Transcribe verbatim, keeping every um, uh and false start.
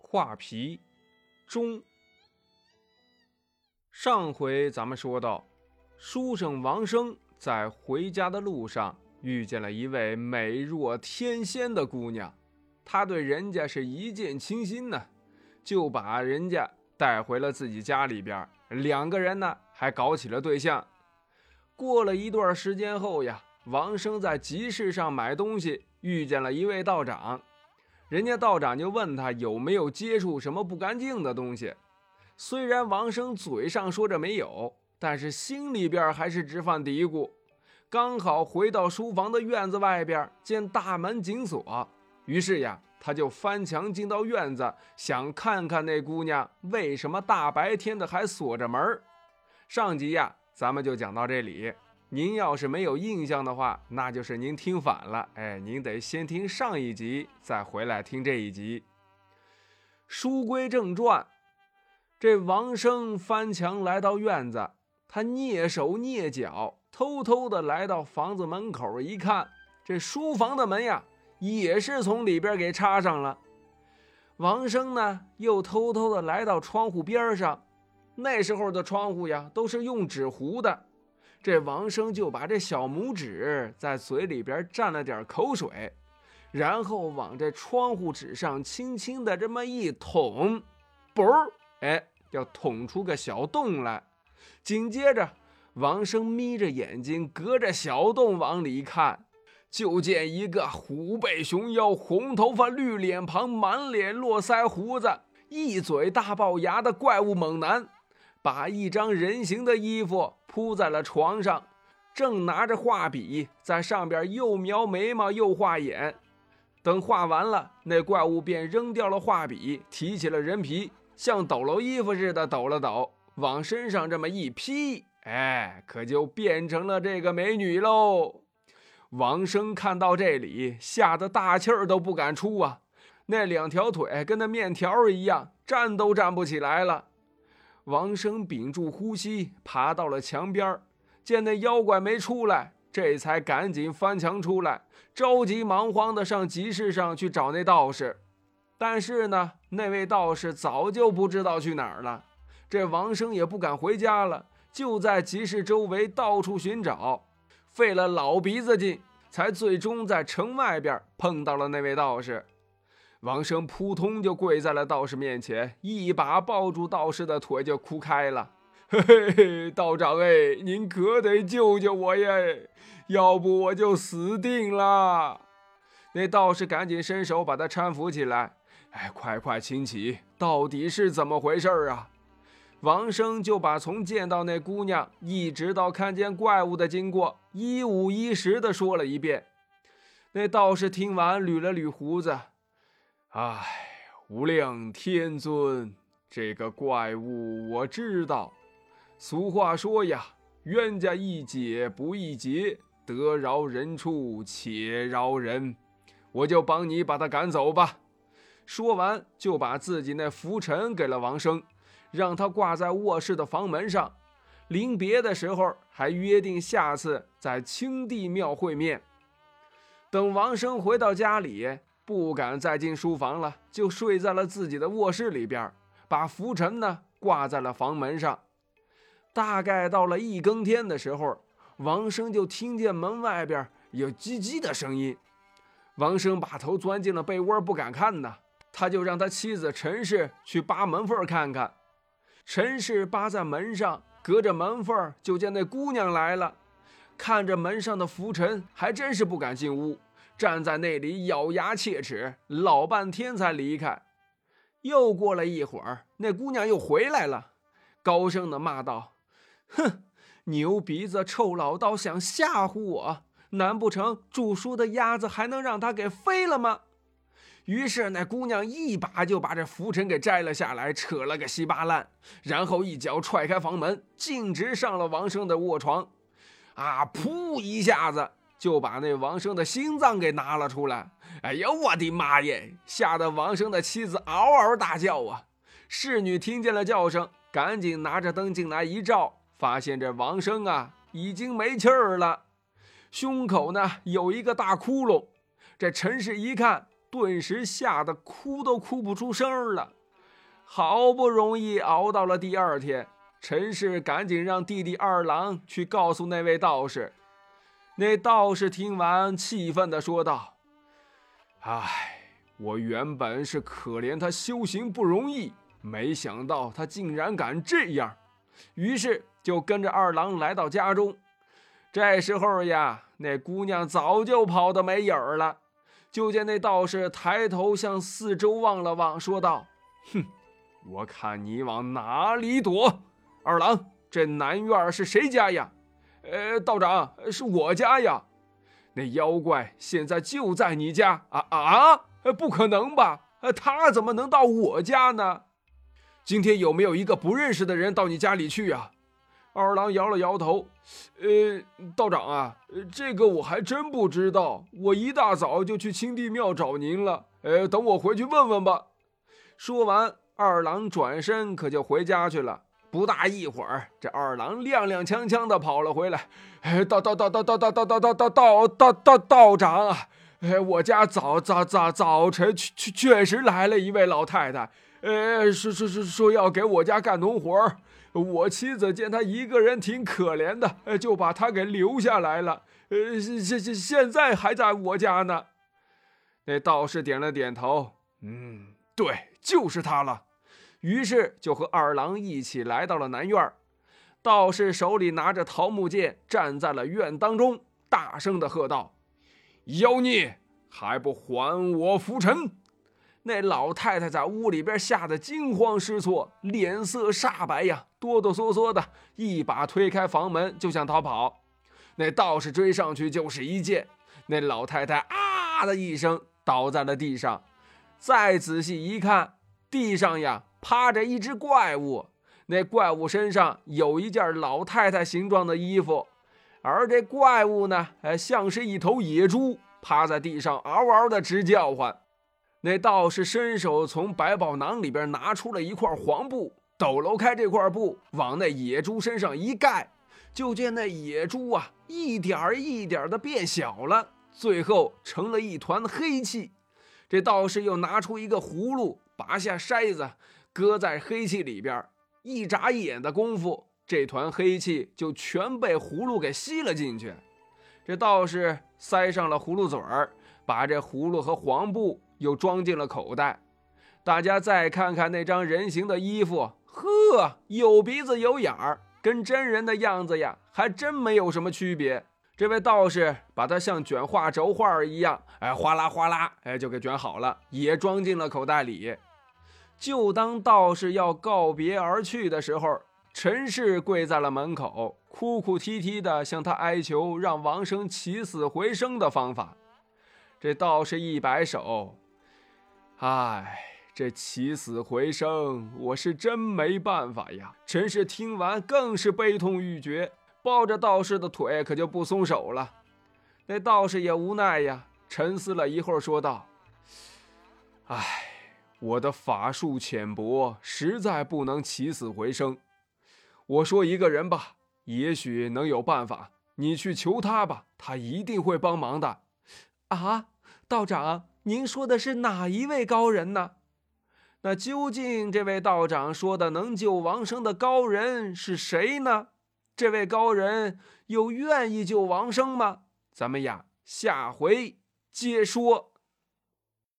画皮中。上回咱们说到，书生王生在回家的路上遇见了一位美若天仙的姑娘，他对人家是一见倾心呢，就把人家带回了自己家里边，两个人呢还搞起了对象。过了一段时间后呀，王生在集市上买东西，遇见了一位道长，人家道长就问他有没有接触什么不干净的东西。虽然王生嘴上说着没有，但是心里边还是直犯嘀咕。刚好回到书房的院子外边，见大门紧锁，于是呀，他就翻墙进到院子，想看看那姑娘为什么大白天的还锁着门。上集呀，咱们就讲到这里。您要是没有印象的话，那就是您听反了，哎，您得先听上一集，再回来听这一集。书归正传，这王生翻墙来到院子，他蹑手蹑脚，偷偷的来到房子门口一看，这书房的门呀，也是从里边给插上了。王生呢，又偷偷的来到窗户边上，那时候的窗户呀，都是用纸糊的。这王生就把这小拇指在嘴里边蘸了点口水，然后往这窗户纸上轻轻的这么一捅，啵，哎，要捅出个小洞来。紧接着王生眯着眼睛，隔着小洞往里看，就见一个虎背熊腰、红头发、绿脸庞、满脸络腮胡子、一嘴大龅牙的怪物猛男，把一张人形的衣服铺在了床上，正拿着画笔在上边又描眉毛又画眼。等画完了，那怪物便扔掉了画笔，提起了人皮，像抖搂衣服似的抖了抖，往身上这么一披，哎，可就变成了这个美女喽。王生看到这里，吓得大气儿都不敢出啊，那两条腿跟那面条一样，站都站不起来了。王生屏住呼吸，爬到了墙边，见那妖怪没出来，这才赶紧翻墙出来，着急忙慌的上集市上去找那道士。但是呢，那位道士早就不知道去哪儿了。这王生也不敢回家了，就在集市周围到处寻找，费了老鼻子劲，才最终在城外边碰到了那位道士。王生扑通就跪在了道士面前，一把抱住道士的腿就哭开了。嘿嘿嘿，道长哎，您可得救救我耶，要不我就死定了。那道士赶紧伸手把他搀扶起来，哎，快快请起，到底是怎么回事啊？王生就把从见到那姑娘一直到看见怪物的经过一五一十的说了一遍。那道士听完捋了捋胡子，唉，无量天尊，这个怪物我知道。俗话说呀，冤家宜解不宜结，得饶人处且饶人。我就帮你把他赶走吧。说完就把自己那拂尘给了王生，让他挂在卧室的房门上。临别的时候还约定下次在青帝庙会面。等王生回到家里，不敢再进书房了，就睡在了自己的卧室里边，把拂尘呢挂在了房门上。大概到了一更天的时候，王生就听见门外边有叽叽的声音。王生把头钻进了被窝，不敢看呢，他就让他妻子陈氏去扒门缝看看。陈氏扒在门上，隔着门缝就见那姑娘来了，看着门上的拂尘，还真是不敢进屋，站在那里咬牙切齿，老半天才离开。又过了一会儿，那姑娘又回来了，高声的骂道：哼，牛鼻子臭老道想吓唬我，难不成煮熟的鸭子还能让它给飞了吗？于是那姑娘一把就把这拂尘给摘了下来，扯了个稀巴烂，然后一脚踹开房门，径直上了王生的卧床。啊，噗一下子就把那王生的心脏给拿了出来。哎呀，我的妈耶！吓得王生的妻子嗷嗷大叫啊！侍女听见了叫声，赶紧拿着灯进来一照，发现这王生啊已经没气儿了，胸口呢有一个大窟窿。这陈氏一看，顿时吓得哭都哭不出声了。 好不容易熬到了第二天，陈氏赶紧让弟弟二郎去告诉那位道士。那道士听完，气愤地说道：唉，我原本是可怜他修行不容易，没想到他竟然敢这样，于是就跟着二郎来到家中。这时候呀，那姑娘早就跑得没影儿了。就见那道士抬头向四周望了望，说道：哼，我看你往哪里躲。二郎，这南院是谁家呀？呃，道长，是我家呀。那妖怪现在就在你家啊啊！不可能吧？他怎么能到我家呢？今天有没有一个不认识的人到你家里去啊？二郎摇了摇头，呃，道长啊，这个我还真不知道，我一大早就去清帝庙找您了，呃，等我回去问问吧。说完，二郎转身可就回家去了。不大一会儿，这二郎踉踉跄跄的跑了回来，哎，道道道道道道道道道道道道道道长啊，哎，我家早早早早晨确确实来了一位老太太，呃，说说说说要给我家干农活。我妻子见他一个人挺可怜的，就把他给留下来了。呃，现现现在还在我家呢。那道士点了点头，嗯，对，就是他了。于是就和二郎一起来到了南院。道士手里拿着桃木剑，站在了院当中，大声地喝道：妖孽，还不还我拂尘！那老太太在屋里边吓得惊慌失措，脸色煞白呀，哆哆嗦嗦的一把推开房门就想逃跑。那道士追上去就是一剑，那老太太啊的一声倒在了地上。再仔细一看，地上呀趴着一只怪物，那怪物身上有一件老太太形状的衣服，而这怪物呢，像是一头野猪，趴在地上嗷嗷的直叫唤。那道士伸手从百宝囊里边拿出了一块黄布，抖搂开这块布，往那野猪身上一盖，就见那野猪啊一点一点的变小了，最后成了一团黑气。这道士又拿出一个葫芦，拔下筛子，搁在黑气里边，一眨眼的功夫，这团黑气就全被葫芦给吸了进去。这道士塞上了葫芦嘴儿，把这葫芦和黄布又装进了口袋。大家再看看那张人形的衣服，呵，有鼻子有眼儿，跟真人的样子呀还真没有什么区别。这位道士把它像卷画轴画一样，哎，哗啦哗啦，哎，就给卷好了，也装进了口袋里。就当道士要告别而去的时候，陈氏跪在了门口，哭哭啼啼的向他哀求让王生起死回生的方法。这道士一摆手，唉，这起死回生我是真没办法呀。陈氏听完更是悲痛欲绝，抱着道士的腿可就不松手了。那道士也无奈呀，沉思了一会儿说道：唉，我的法术浅薄，实在不能起死回生。我说一个人吧，也许能有办法，你去求他吧，他一定会帮忙的。啊，道长，您说的是哪一位高人呢？那究竟这位道长说的能救王生的高人是谁呢？这位高人又愿意救王生吗？咱们呀，下回接说。